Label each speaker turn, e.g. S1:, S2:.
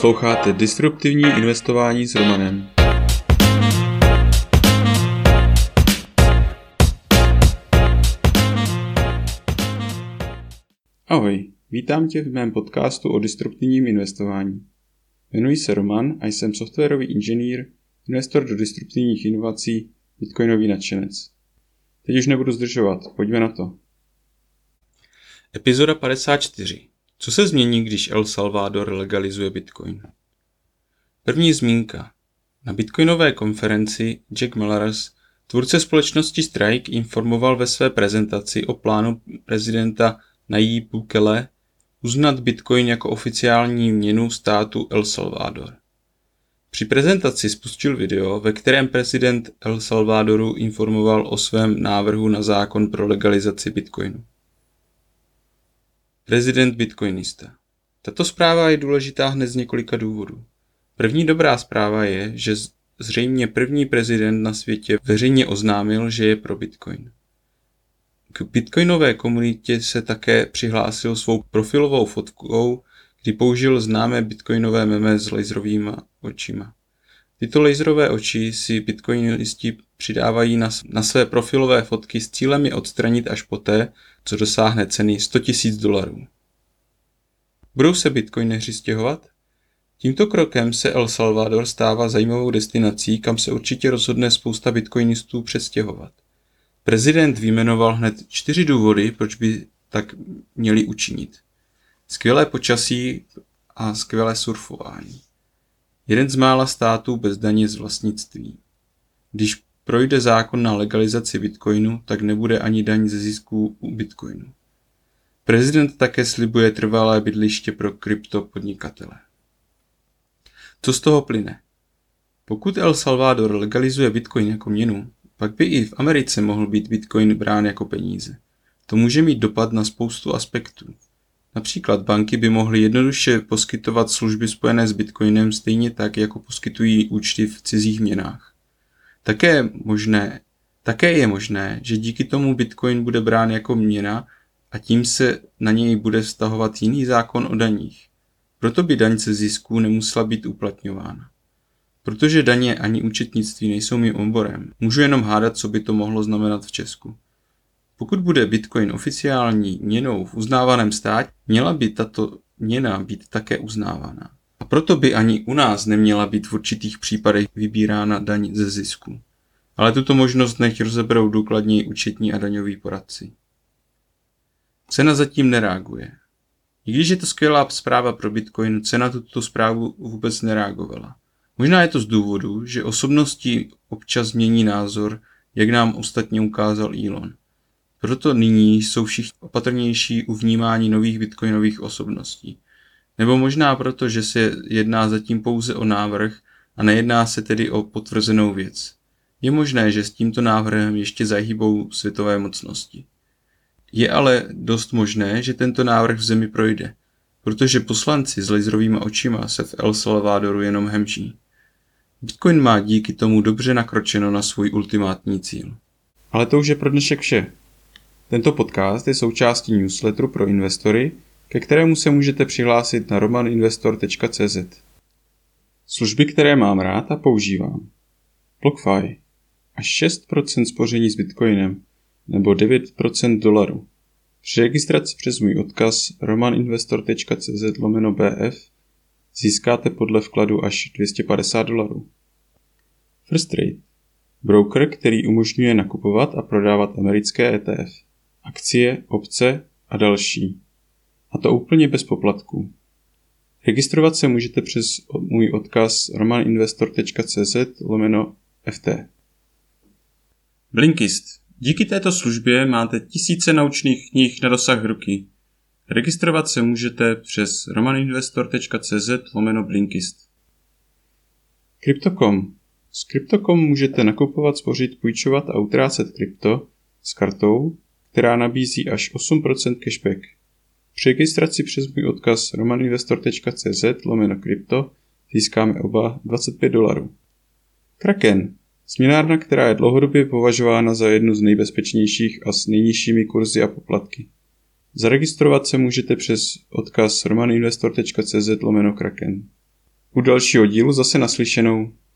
S1: Posloucháte Disruptivní investování s Romanem. Ahoj, vítám tě v mém podcastu o disruptivním investování. Jmenuji se Roman a jsem softwarový inženýr, investor do disruptivních inovací, bitcoinový nadšenec. Teď už nebudu zdržovat, pojďme na to. Epizoda 54. Co se změní, když El Salvador legalizuje Bitcoin? První zmínka. Na bitcoinové konferenci Jack Mallers, tvůrce společnosti Strike, informoval ve své prezentaci o plánu prezidenta Nayib Bukele uznat Bitcoin jako oficiální měnu státu El Salvador. Při prezentaci spustil video, ve kterém prezident El Salvadoru informoval o svém návrhu na zákon pro legalizaci Bitcoinu. Prezident bitcoinista. Tato zpráva je důležitá hned z několika důvodů. První dobrá zpráva je, že zřejmě první prezident na světě veřejně oznámil, že je pro Bitcoin. K bitcoinové komunitě se také přihlásil svou profilovou fotkou, kdy použil známé bitcoinové meme s laserovými očima. Tyto laserové oči si bitcoinisti přidávají na své profilové fotky s cílem je odstranit až poté, co dosáhne ceny $100,000. Budou se bitcoineři stěhovat? Tímto krokem se El Salvador stává zajímavou destinací, kam se určitě rozhodne spousta bitcoinistů přestěhovat. Prezident vyjmenoval hned 4 důvody, proč by tak měli učinit. Skvělé počasí a skvělé surfování. Jeden z mála států bez daně z vlastnictví. Když projde zákon na legalizaci Bitcoinu, tak nebude ani daň ze zisků u Bitcoinu. Prezident také slibuje trvalé bydliště pro kryptopodnikatele. Co z toho plyne? Pokud El Salvador legalizuje Bitcoin jako měnu, pak by i v Americe mohl být Bitcoin brán jako peníze. To může mít dopad na spoustu aspektů. Například banky by mohly jednoduše poskytovat služby spojené s Bitcoinem stejně tak, jako poskytují účty v cizích měnách. Také je možné, že díky tomu Bitcoin bude brán jako měna a tím se na něj bude vztahovat jiný zákon o daních. Proto by daň ze zisků nemusela být uplatňována. Protože daně ani účetnictví nejsou mým oborem, můžu jenom hádat, co by to mohlo znamenat v Česku. Pokud bude Bitcoin oficiální měnou v uznávaném státě, měla by tato měna být také uznávána. A proto by ani u nás neměla být v určitých případech vybírána daň ze zisku. Ale tuto možnost nechť rozeberou důkladněji účetní a daňoví poradci. Cena zatím nereaguje. I když je to skvělá zpráva pro Bitcoin, cena tuto zprávu vůbec nereagovala. Možná je to z důvodu, že osobnosti občas mění názor, jak nám ostatně ukázal Elon. Proto nyní jsou všichni opatrnější u vnímání nových bitcoinových osobností. Nebo možná proto, že se jedná zatím pouze o návrh a nejedná se tedy o potvrzenou věc. Je možné, že s tímto návrhem ještě zahýbou světové mocnosti. Je ale dost možné, že tento návrh v zemi projde, protože poslanci s laserovými očima se v El Salvadoru jenom hemží. Bitcoin má díky tomu dobře nakročeno na svůj ultimátní cíl. Ale to už je pro dnešek vše. Tento podcast je součástí newsletteru pro investory, ke kterému se můžete přihlásit na romaninvestor.cz. Služby, které mám rád a používám. BlockFi. Až 6% spoření s Bitcoinem nebo 9% dolarů. Při registraci přes můj odkaz romaninvestor.cz/bf získáte podle vkladu až $250. First Trade. Broker, který umožňuje nakupovat a prodávat americké ETF, akcie, opce a další. A to úplně bez poplatků. Registrovat se můžete přes můj odkaz romaninvestor.cz/ft. Blinkist. Díky této službě máte tisíce naučných knih na dosah ruky. Registrovat se můžete přes romaninvestor.cz/blinkist. Crypto.com. S Crypto.com můžete nakupovat, spořit, půjčovat a utrácet krypto s kartou, která nabízí až 8% cashback. Při registraci přes můj odkaz romaninvestor.cz/crypto získáme oba $25. Kraken. Směnárna, která je dlouhodobě považována za jednu z nejbezpečnějších a s nejnižšími kurzy a poplatky. Zaregistrovat se můžete přes odkaz romaninvestor.cz/kraken. U dalšího dílu zase naslyšenou.